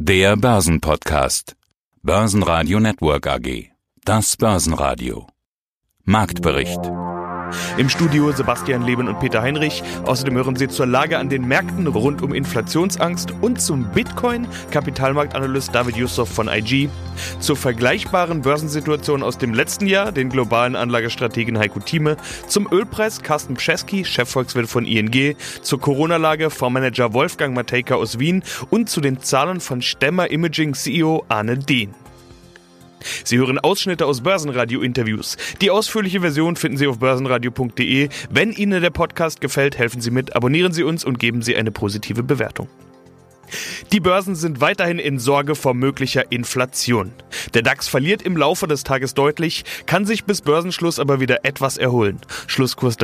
Der Börsenpodcast. Börsenradio Network AG. Das Börsenradio. Marktbericht. Im Studio Sebastian Leben und Peter Heinrich. Außerdem hören Sie zur Lage an den Märkten rund um Inflationsangst und zum Bitcoin Kapitalmarktanalyst David Yusuf von IG, zur vergleichbaren Börsensituation aus dem letzten Jahr den globalen Anlagestrategen Heiko Thieme, zum Ölpreis Carsten Pschesky, Chefvolkswirt von ING, zur Corona-Lage Fondsmanager Wolfgang Matejka aus Wien und zu den Zahlen von Stemmer Imaging CEO Arne Dehn. Sie hören Ausschnitte aus Börsenradio-Interviews. Die ausführliche Version finden Sie auf börsenradio.de. Wenn Ihnen der Podcast gefällt, helfen Sie mit, abonnieren Sie uns und geben Sie eine positive Bewertung. Die Börsen sind weiterhin in Sorge vor möglicher Inflation. Der DAX verliert im Laufe des Tages deutlich, kann sich bis Börsenschluss aber wieder etwas erholen. Schlusskurs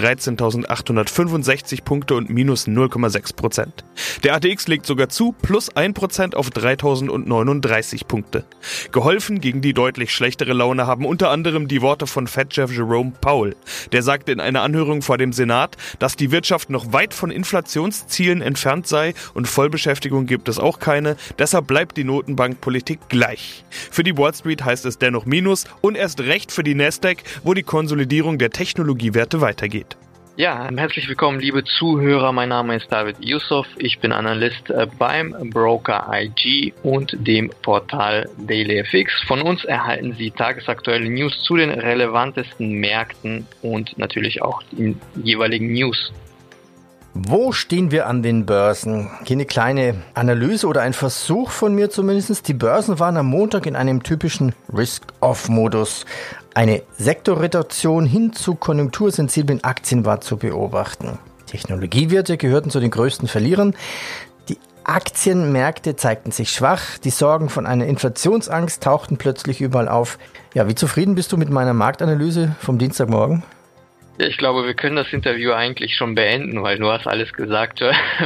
13.865 Punkte und minus 0,6%. Der ATX legt sogar zu, plus 1% auf 3.039 Punkte. Geholfen gegen die deutlich schlechtere Laune haben unter anderem die Worte von Fed-Chef Jerome Powell. Der sagte in einer Anhörung vor dem Senat, dass die Wirtschaft noch weit von Inflationszielen entfernt sei und Vollbeschäftigung gibt es auch keine, deshalb bleibt die Notenbankpolitik gleich. Für die Wall Street heißt es dennoch Minus und erst recht für die Nasdaq, wo die Konsolidierung der Technologiewerte weitergeht. Ja, herzlich willkommen, liebe Zuhörer. Mein Name ist David Yusuf. Ich bin Analyst beim Broker IG und dem Portal DailyFX. Von uns erhalten Sie tagesaktuelle News zu den relevantesten Märkten und natürlich auch den jeweiligen News. Wo stehen wir an den Börsen? Hier eine kleine Analyse oder ein Versuch von mir zumindest. Die Börsen waren am Montag in einem typischen Risk-Off-Modus. Eine Sektorrotation hin zu konjunktursensiblen Aktien war zu beobachten. Technologiewerte gehörten zu den größten Verlierern. Die Aktienmärkte zeigten sich schwach. Die Sorgen von einer Inflationsangst tauchten plötzlich überall auf. Ja, wie zufrieden bist du mit meiner Marktanalyse vom Dienstagmorgen? Ja, ich glaube, wir können das Interview eigentlich schon beenden, weil du hast alles gesagt,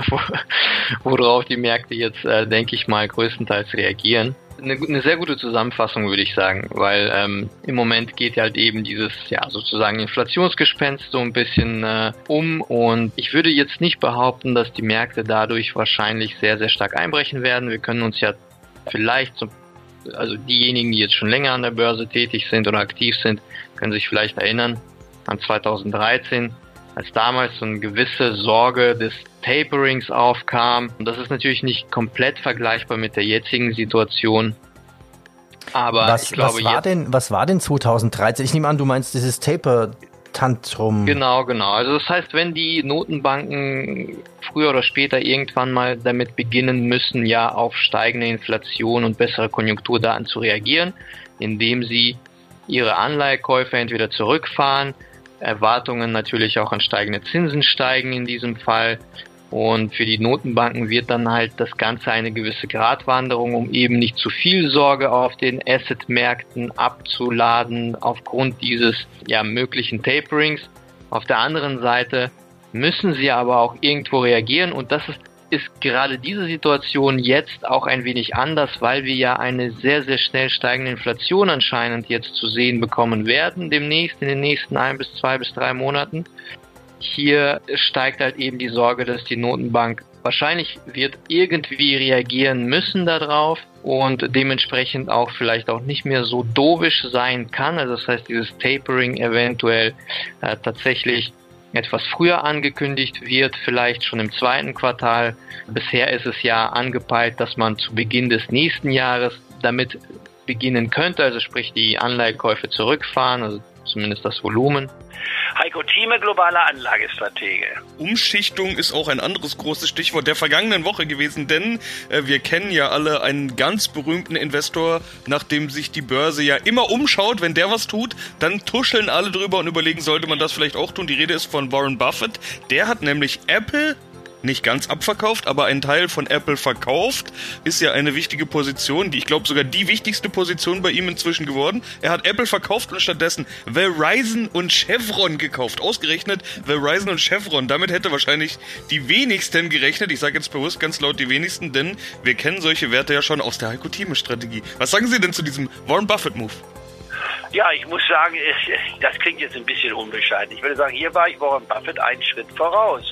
worauf die Märkte jetzt, denke ich mal, größtenteils reagieren. Eine sehr gute Zusammenfassung, würde ich sagen, weil im Moment geht halt eben dieses, ja, sozusagen Inflationsgespenst so ein bisschen um und ich würde jetzt nicht behaupten, dass die Märkte dadurch wahrscheinlich sehr, sehr stark einbrechen werden. Wir können uns ja vielleicht, also diejenigen, die jetzt schon länger an der Börse tätig sind oder aktiv sind, können sich vielleicht erinnern, an 2013, als damals so eine gewisse Sorge des Taperings aufkam. Und das ist natürlich nicht komplett vergleichbar mit der jetzigen Situation. Aber was war denn 2013? Ich nehme an, du meinst dieses Taper-Tantrum. Genau. Also das heißt, wenn die Notenbanken früher oder später irgendwann mal damit beginnen müssen, ja auf steigende Inflation und bessere Konjunkturdaten zu reagieren, indem sie ihre Anleihekäufe entweder zurückfahren, Erwartungen natürlich auch an steigende Zinsen steigen in diesem Fall und für die Notenbanken wird dann halt das Ganze eine gewisse Gratwanderung, um eben nicht zu viel Sorge auf den Assetmärkten abzuladen aufgrund dieses ja möglichen Taperings. Auf der anderen Seite müssen sie aber auch irgendwo reagieren und das ist gerade diese Situation jetzt auch ein wenig anders, weil wir ja eine sehr, sehr schnell steigende Inflation anscheinend jetzt zu sehen bekommen werden, demnächst in den nächsten 1 bis 2 bis 3 Monaten. Hier steigt halt eben die Sorge, dass die Notenbank wahrscheinlich wird irgendwie reagieren müssen darauf und dementsprechend auch vielleicht auch nicht mehr so dovish sein kann. Also das heißt, dieses Tapering eventuell tatsächlich etwas früher angekündigt wird, vielleicht schon im 2. Quartal. Bisher ist es ja angepeilt, dass man zu Beginn des nächsten Jahres damit beginnen könnte, also sprich die Anleihekäufe zurückfahren, also zumindest das Volumen. Heiko Thieme, globaler Anlagestratege. Umschichtung ist auch ein anderes großes Stichwort der vergangenen Woche gewesen, denn wir kennen ja alle einen ganz berühmten Investor, nachdem sich die Börse ja immer umschaut, wenn der was tut, dann tuscheln alle drüber und überlegen, sollte man das vielleicht auch tun. Die Rede ist von Warren Buffett, der hat nämlich Apple nicht ganz abverkauft, aber einen Teil von Apple verkauft, ist ja eine wichtige Position, die ich glaube sogar die wichtigste Position bei ihm inzwischen geworden. Er hat Apple verkauft und stattdessen Verizon und Chevron gekauft. Ausgerechnet Verizon und Chevron. Damit hätte wahrscheinlich die wenigsten gerechnet. Ich sage jetzt bewusst ganz laut die wenigsten, denn wir kennen solche Werte ja schon aus der Heiko Thieme Strategie. Was sagen Sie denn zu diesem Warren Buffett Move? Ja, ich muss sagen, das klingt jetzt ein bisschen unbescheiden. Ich würde sagen, hier war ich Warren Buffett einen Schritt voraus.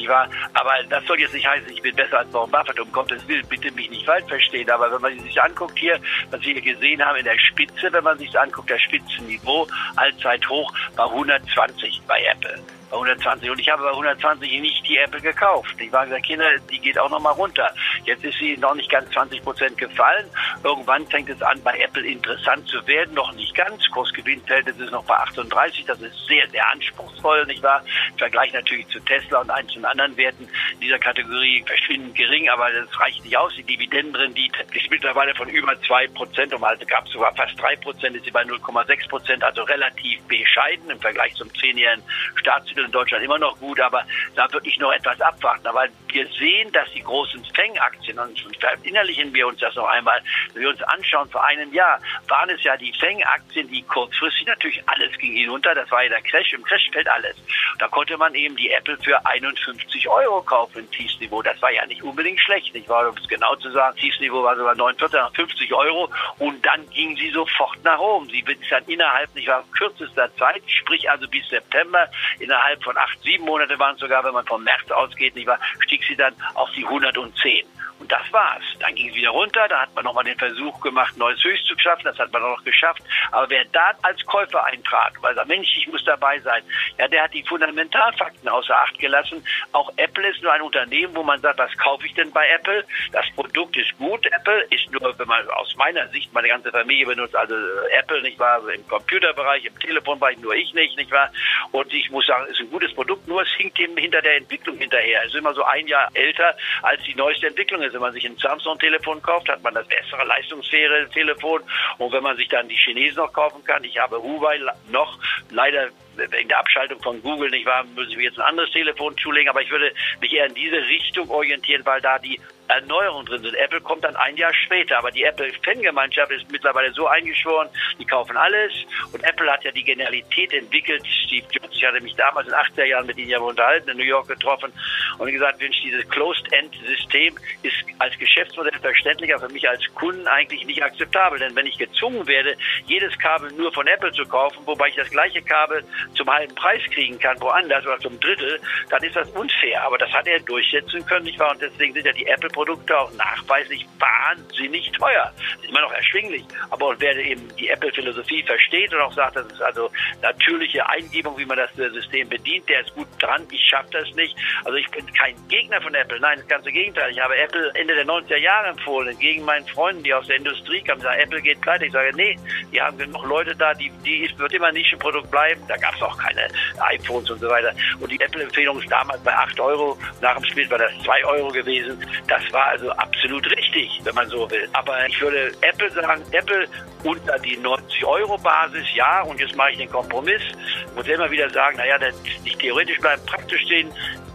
Aber das soll jetzt nicht heißen, ich bin besser als Warren Buffett, um Gottes Willen, bitte mich nicht falsch verstehen. Aber wenn man sich anguckt hier, was wir hier gesehen haben in der Spitze, wenn man sich anguckt, das Spitzenniveau, Allzeithoch war 120 bei Apple. Bei 120. Und ich habe bei 120 nicht die Apple gekauft. Ich war gesagt, Kinder, die geht auch noch mal runter. Jetzt ist sie noch nicht ganz 20% gefallen. Irgendwann fängt es an, bei Apple interessant zu werden. Noch nicht ganz. Kursgewinnverhältnis ist noch bei 38. Das ist sehr, sehr anspruchsvoll, nicht wahr? Im Vergleich natürlich zu Tesla und einzelnen anderen Werten in dieser Kategorie verschwindend gering, aber das reicht nicht aus. Die Dividendenrendite ist mittlerweile von über 2%, und also gab es sogar fast 3%, ist sie bei 0,6%, also relativ bescheiden im Vergleich zum 10-jährigen Staatstitel in Deutschland immer noch gut, aber da würde ich noch etwas abwarten. Aber wir sehen, dass die großen FANG-Aktien, und verinnerlichen wir uns das noch einmal, wenn wir uns anschauen, vor einem Jahr waren es ja die FANG-Aktien, die kurzfristig natürlich alles ging hinunter, das war ja der Crash, im Crash fällt alles. Da konnte man eben die Apple für 51 € kaufen im Tiefsniveau. Das war ja nicht unbedingt schlecht, nicht wahr? Um es genau zu sagen, Tiefsniveau war sogar 50 € und dann ging sie sofort nach oben. Sie ist dann innerhalb, nicht wahr, kürzester Zeit, sprich also bis September, innerhalb von 8-7 Monate waren es sogar, wenn man vom März ausgeht, nicht wahr, stieg sie dann auf die 110. Und das war's. Dann ging es wieder runter, da hat man nochmal den Versuch gemacht, neues Höchst zu schaffen, das hat man auch noch geschafft. Aber wer da als Käufer eintrat, weil er, Mensch, ich muss dabei sein, ja, der hat die Fundamentalfakten außer Acht gelassen. Auch Apple ist nur ein Unternehmen, wo man sagt, was kaufe ich denn bei Apple? Das Produkt ist gut, Apple ist nur, wenn man aus meiner Sicht, meine ganze Familie benutzt, also Apple, nicht wahr, im Computerbereich, im Telefonbereich, nur ich nicht wahr? Und ich muss sagen, es ist ein gutes Produkt, nur es hinkt eben hinter der Entwicklung hinterher. Es ist immer so ein Jahr älter als die neueste Entwicklung ist. Wenn man sich ein Samsung-Telefon kauft, hat man das bessere, leistungsfähige Telefon. Und wenn man sich dann die Chinesen noch kaufen kann, ich habe Huawei noch, leider wegen der Abschaltung von Google, nicht wahr, müssen wir jetzt ein anderes Telefon zulegen, aber ich würde mich eher in diese Richtung orientieren, weil da die Erneuerungen drin sind. Apple kommt dann ein Jahr später, aber die Apple-Fan-Gemeinschaft ist mittlerweile so eingeschworen, die kaufen alles, und Apple hat ja die Genialität entwickelt. Steve Jobs, ich hatte mich damals in den 80er Jahren mit ihnen ja unterhalten, in New York getroffen und gesagt, Mensch, dieses Closed-End-System ist als Geschäftsmodell verständlicher, für mich als Kunden eigentlich nicht akzeptabel, denn wenn ich gezwungen werde, jedes Kabel nur von Apple zu kaufen, wobei ich das gleiche Kabel zum halben Preis kriegen kann, woanders oder zum Drittel, dann ist das unfair. Aber das hat er durchsetzen können, nicht wahr? Und deswegen sind ja die Apple-Produkte auch nachweislich wahnsinnig teuer. Immer noch erschwinglich. Aber wer eben die Apple-Philosophie versteht und auch sagt, das ist also natürliche Eingebung, wie man das System bedient, der ist gut dran, ich schaffe das nicht. Also ich bin kein Gegner von Apple. Nein, das ganze Gegenteil. Ich habe Apple Ende der 90er Jahre empfohlen, entgegen meinen Freunden, die aus der Industrie kamen, sagen, Apple geht pleite. Ich sage, nee, die haben genug Leute da, die wird immer ein Nischenprodukt bleiben. Da gab es auch keine iPhones und so weiter. Und die Apple-Empfehlung ist damals bei 8 €. Nach dem Spiel war das 2 € gewesen. Das war also absolut richtig, wenn man so will. Aber ich würde Apple sagen, Apple unter die 90-€-Basis, ja, und jetzt mache ich den Kompromiss. Ich muss immer wieder sagen, naja, nicht theoretisch bleiben, praktisch stehen.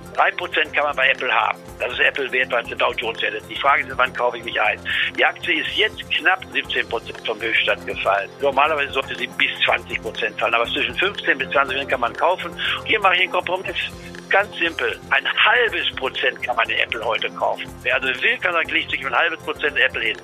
3% kann man bei Apple haben. Das ist Apple wert, weil es der Dow Jones wert ist. Die Frage ist, wann kaufe ich mich ein? Die Aktie ist jetzt knapp 17% vom Höchststand gefallen. Normalerweise sollte sie bis 20% fallen, aber zwischen 15 bis 20% kann man kaufen. Und hier mache ich einen Kompromiss. Ganz simpel. Ein halbes Prozent kann man in Apple heute kaufen. Wer also will, kann sagen, legt sich ein halbes Prozent Apple hin.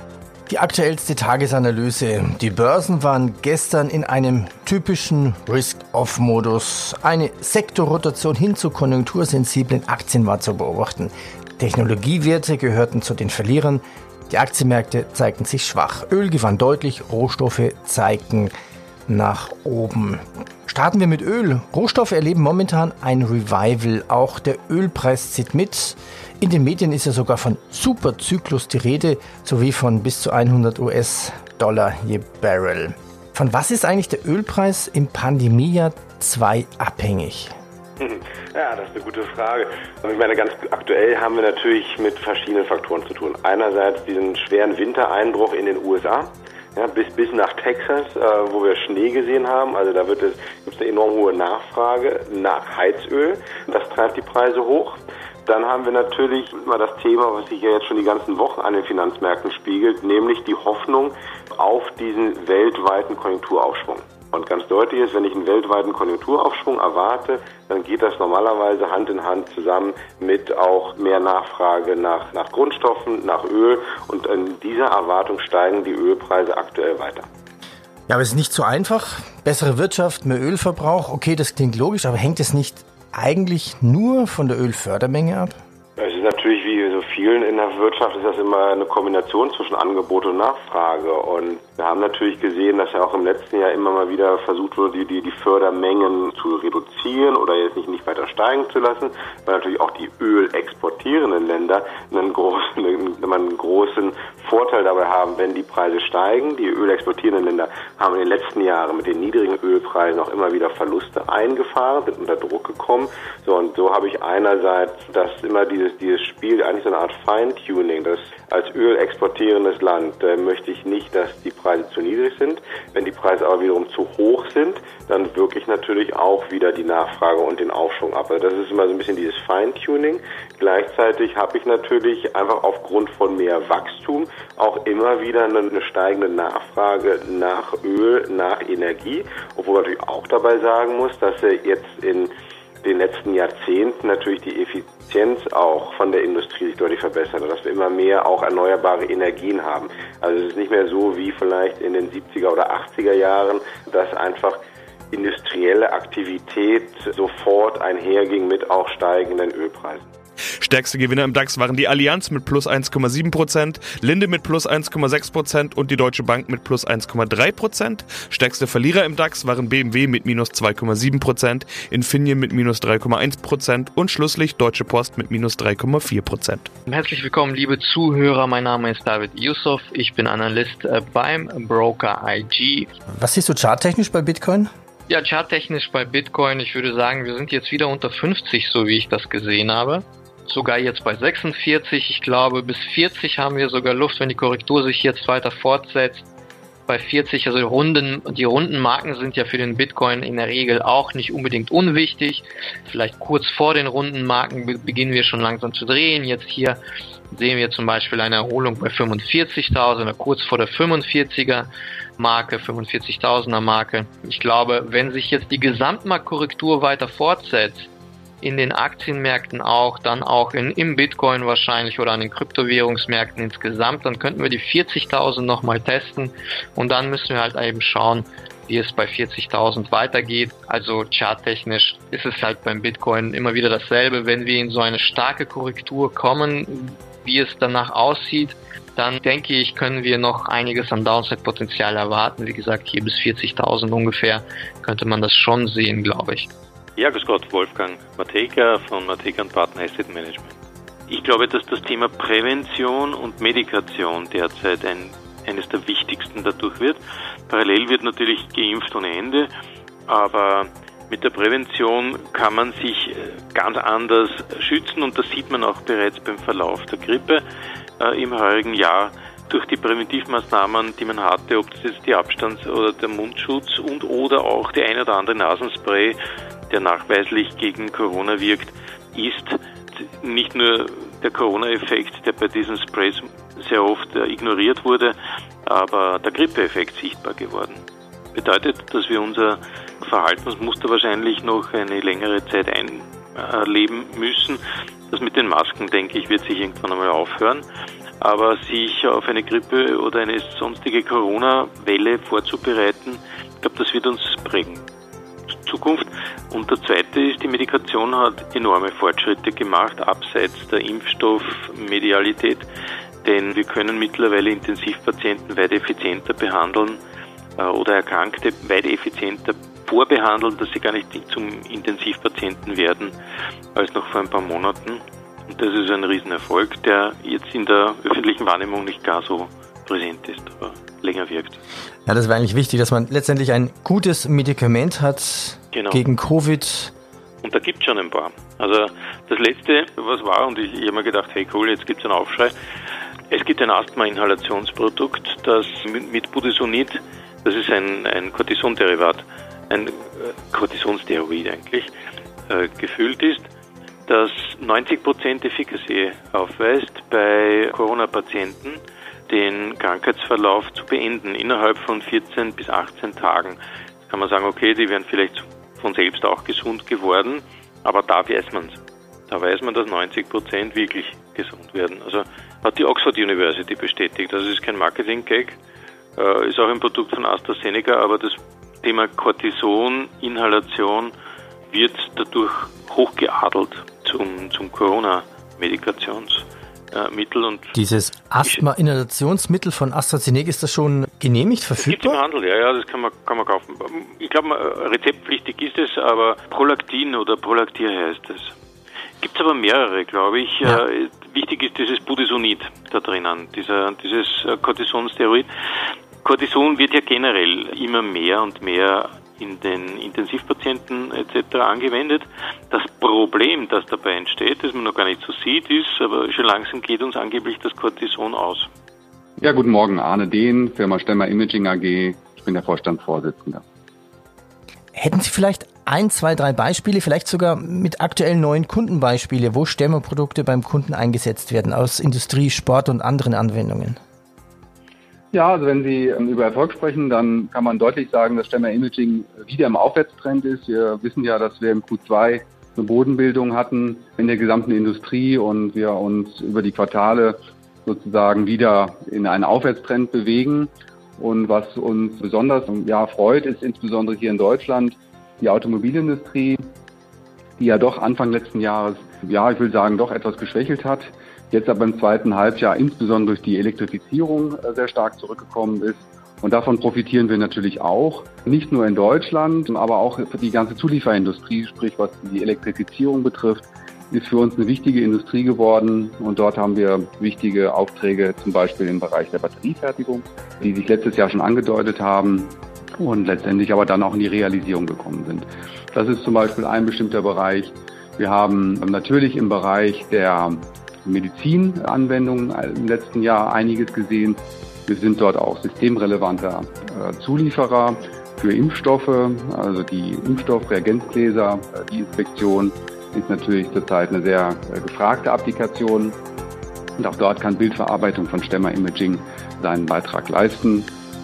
Die aktuellste Tagesanalyse. Die Börsen waren gestern in einem typischen Risk-Off-Modus. Eine Sektorrotation hin zu konjunktursensiblen Aktien war zu beobachten. Technologiewerte gehörten zu den Verlierern. Die Aktienmärkte zeigten sich schwach. Öl gewann deutlich, Rohstoffe zeigten nach oben. Starten wir mit Öl. Rohstoffe erleben momentan ein Revival. Auch der Ölpreis zieht mit. In den Medien ist ja sogar von Superzyklus die Rede, sowie von bis zu 100 US-Dollar je Barrel. Von was ist eigentlich der Ölpreis im Pandemiejahr 2 abhängig? Ja, das ist eine gute Frage. Ich meine, ganz aktuell haben wir natürlich mit verschiedenen Faktoren zu tun. Einerseits diesen schweren Wintereinbruch in den USA. Ja, bis nach Texas, wo wir Schnee gesehen haben. Also da gibt es eine enorm hohe Nachfrage nach Heizöl. Das treibt die Preise hoch. Dann haben wir natürlich immer das Thema, was sich ja jetzt schon die ganzen Wochen an den Finanzmärkten spiegelt, nämlich die Hoffnung auf diesen weltweiten Konjunkturaufschwung. Und ganz deutlich ist, wenn ich einen weltweiten Konjunkturaufschwung erwarte, dann geht das normalerweise Hand in Hand zusammen mit auch mehr Nachfrage nach Grundstoffen, nach Öl. Und in dieser Erwartung steigen die Ölpreise aktuell weiter. Ja, aber es ist nicht so einfach. Bessere Wirtschaft, mehr Ölverbrauch. Okay, das klingt logisch, aber hängt es nicht eigentlich nur von der Ölfördermenge ab? Es ist natürlich, wie so vielen in der Wirtschaft, ist das immer eine Kombination zwischen Angebot und Nachfrage. Und wir haben natürlich gesehen, dass ja auch im letzten Jahr immer mal wieder versucht wurde, die Fördermengen zu reduzieren oder jetzt nicht weiter steigen zu lassen, weil natürlich auch die ölexportierenden Länder einen großen Vorteil dabei haben, wenn die Preise steigen. Die ölexportierenden Länder haben in den letzten Jahren mit den niedrigen Ölpreisen auch immer wieder Verluste eingefahren, sind unter Druck gekommen. So, und so habe ich einerseits immer dieses Spiel, eigentlich so eine Art Feintuning, dass als ölexportierendes Land möchte ich nicht, dass die Preise zu niedrig sind. Wenn die Preise aber wiederum zu hoch sind, dann wirke ich natürlich auch wieder die Nachfrage und den Aufschwung ab. Also das ist immer so ein bisschen dieses Feintuning. Gleichzeitig habe ich natürlich einfach aufgrund von mehr Wachstum auch immer wieder eine steigende Nachfrage nach Öl, nach Energie, obwohl man natürlich auch dabei sagen muss, dass jetzt in den letzten Jahrzehnten natürlich die Effizienz auch von der Industrie sich deutlich verbessert hat, dass wir immer mehr auch erneuerbare Energien haben. Also es ist nicht mehr so wie vielleicht in den 70er oder 80er Jahren, dass einfach industrielle Aktivität sofort einherging mit auch steigenden Ölpreisen. Stärkste Gewinner im DAX waren die Allianz mit plus 1,7%, Linde mit plus 1,6% und die Deutsche Bank mit plus 1,3%. Stärkste Verlierer im DAX waren BMW mit minus 2,7%, Infineon mit minus 3,1% und schlusslich Deutsche Post mit minus 3,4%. Herzlich willkommen, liebe Zuhörer. Mein Name ist David Yusuf. Ich bin Analyst beim Broker IG. Was siehst du charttechnisch bei Bitcoin? Ja, charttechnisch bei Bitcoin, ich würde sagen, wir sind jetzt wieder unter 50, so wie ich das gesehen habe. Sogar jetzt bei 46, ich glaube bis 40 haben wir sogar Luft, wenn die Korrektur sich jetzt weiter fortsetzt. Bei 40, also die runden Marken sind ja für den Bitcoin in der Regel auch nicht unbedingt unwichtig. Vielleicht kurz vor den runden Marken beginnen wir schon langsam zu drehen. Jetzt hier sehen wir zum Beispiel eine Erholung bei 45.000 oder kurz vor der 45er Marke, 45.000er Marke. Ich glaube, wenn sich jetzt die Gesamtmarktkorrektur weiter fortsetzt, in den Aktienmärkten auch, dann auch im Bitcoin wahrscheinlich oder an den Kryptowährungsmärkten insgesamt, dann könnten wir die 40.000 nochmal testen und dann müssen wir halt eben schauen, wie es bei 40.000 weitergeht. Also charttechnisch ist es halt beim Bitcoin immer wieder dasselbe. Wenn wir in so eine starke Korrektur kommen, wie es danach aussieht, dann denke ich, können wir noch einiges an Downside-Potenzial erwarten. Wie gesagt, hier bis 40.000 ungefähr könnte man das schon sehen, glaube ich. Ja, grüß Gott, Wolfgang Matejka von Matejka & Partner Asset Management. Ich glaube, dass das Thema Prävention und Medikation derzeit eines der wichtigsten dadurch wird. Parallel wird natürlich geimpft ohne Ende, aber mit der Prävention kann man sich ganz anders schützen und das sieht man auch bereits beim Verlauf der Grippe im heurigen Jahr. Durch die Präventivmaßnahmen, die man hatte, ob das jetzt die Abstands- oder der Mundschutz oder auch die ein oder andere Nasenspray, der nachweislich gegen Corona wirkt, ist nicht nur der Corona-Effekt, der bei diesen Sprays sehr oft ignoriert wurde, aber der Grippeeffekt sichtbar geworden. Bedeutet, dass wir unser Verhaltensmuster wahrscheinlich noch eine längere Zeit einleben müssen. Das mit den Masken, denke ich, wird sich irgendwann einmal aufhören. Aber sich auf eine Grippe oder eine sonstige Corona-Welle vorzubereiten, ich glaube, das wird uns prägen. Zukunft. Und der zweite ist, die Medikation hat enorme Fortschritte gemacht, abseits der Impfstoffmedialität, denn wir können mittlerweile Intensivpatienten weit effizienter behandeln oder Erkrankte weit effizienter vorbehandeln, dass sie gar nicht zum Intensivpatienten werden, als noch vor ein paar Monaten. Und das ist ein Riesenerfolg, der jetzt in der öffentlichen Wahrnehmung nicht gar so präsent ist, aber länger wirkt. Ja, das war eigentlich wichtig, dass man letztendlich ein gutes Medikament hat gegen Covid. Und da gibt es schon ein paar. Also das Letzte, was war, und ich habe mir gedacht, hey cool, jetzt gibt es einen Aufschrei. Es gibt ein Asthma-Inhalationsprodukt, das mit Budesonid, das ist ein Cortison-Derivat, ein Cortisonsteroid eigentlich, gefüllt ist, das 90% Efficacy aufweist bei Corona-Patienten, den Krankheitsverlauf zu beenden innerhalb von 14 bis 18 Tagen. Da kann man sagen, okay, die wären vielleicht von selbst auch gesund geworden, aber da weiß man es. Da weiß man, dass 90% wirklich gesund werden. Also hat die Oxford University bestätigt. Das ist kein Marketing-Gag. ist auch ein Produkt von AstraZeneca, aber das Thema Cortison-Inhalation wird dadurch hochgeadelt zum Corona-Medikationsmittel. Und dieses Asthma-Inhalationsmittel von AstraZeneca, ist das schon genehmigt, verfügbar? Gibt es im Handel, ja, das kann man kaufen. Ich glaube, rezeptpflichtig ist es, aber Prolactin oder Prolactir heißt es. Gibt es aber mehrere, glaube ich. Ja. Wichtig ist dieses Budesonid da drinnen, dieses Cortisonsteroid. Cortison wird ja generell immer mehr und mehr in den Intensivpatienten etc. angewendet. Das Problem, das dabei entsteht, das man noch gar nicht so sieht, ist, aber schon langsam geht uns angeblich das Cortison aus. Ja, guten Morgen, Arne Dehn, Firma Stemmer Imaging AG. Ich bin der Vorstandsvorsitzende. Hätten Sie vielleicht 1, 2, 3 Beispiele, vielleicht sogar mit aktuellen neuen Kundenbeispiele, wo Stemmer-Produkte beim Kunden eingesetzt werden, aus Industrie, Sport und anderen Anwendungen? Ja, also wenn Sie über Erfolg sprechen, dann kann man deutlich sagen, dass Stemmer Imaging wieder im Aufwärtstrend ist. Wir wissen ja, dass wir im Q2 eine Bodenbildung hatten in der gesamten Industrie und wir uns über die Quartale sozusagen wieder in einen Aufwärtstrend bewegen. Und was uns besonders freut, ist insbesondere hier in Deutschland die Automobilindustrie, die ja doch Anfang letzten Jahres, ich will sagen, doch etwas geschwächelt hat. Jetzt aber im zweiten Halbjahr insbesondere durch die Elektrifizierung sehr stark zurückgekommen ist. Und davon profitieren wir natürlich auch, nicht nur in Deutschland, aber auch für die ganze Zulieferindustrie, sprich was die Elektrifizierung betrifft, ist für uns eine wichtige Industrie geworden. Und dort haben wir wichtige Aufträge, zum Beispiel im Bereich der Batteriefertigung, die sich letztes Jahr schon angedeutet haben und letztendlich aber dann auch in die Realisierung gekommen sind. Das ist zum Beispiel ein bestimmter Bereich. Wir haben natürlich im Bereich der Medizinanwendungen im letzten Jahr einiges gesehen. Wir sind dort auch systemrelevanter Zulieferer für Impfstoffe, also die Impfstoffreagenzgläser. Die Inspektion ist natürlich zurzeit eine sehr gefragte Applikation. Und auch dort kann Bildverarbeitung von Stemmer Imaging seinen Beitrag leisten.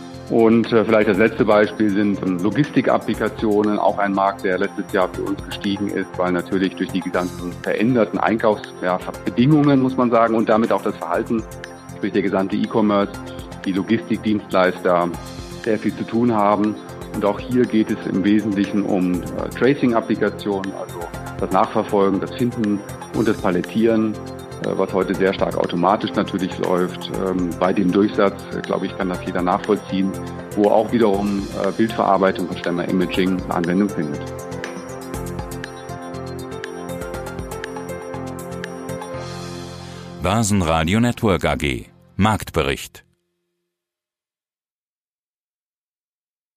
Und vielleicht das letzte Beispiel sind Logistikapplikationen, auch ein Markt, der letztes Jahr für uns gestiegen ist, weil natürlich durch die ganzen veränderten Einkaufsbedingungen, muss man sagen, und damit auch das Verhalten, sprich der gesamte E-Commerce, die Logistikdienstleister sehr viel zu tun haben. Und auch hier geht es im Wesentlichen um Tracing-Applikationen, also das Nachverfolgen, das Finden und das Palettieren, was heute sehr stark automatisch natürlich läuft. Bei dem Durchsatz, glaube ich, kann das jeder nachvollziehen, wo auch wiederum Bildverarbeitung von Stemmer Imaging Anwendung findet. Börsenradio Network AG. Marktbericht.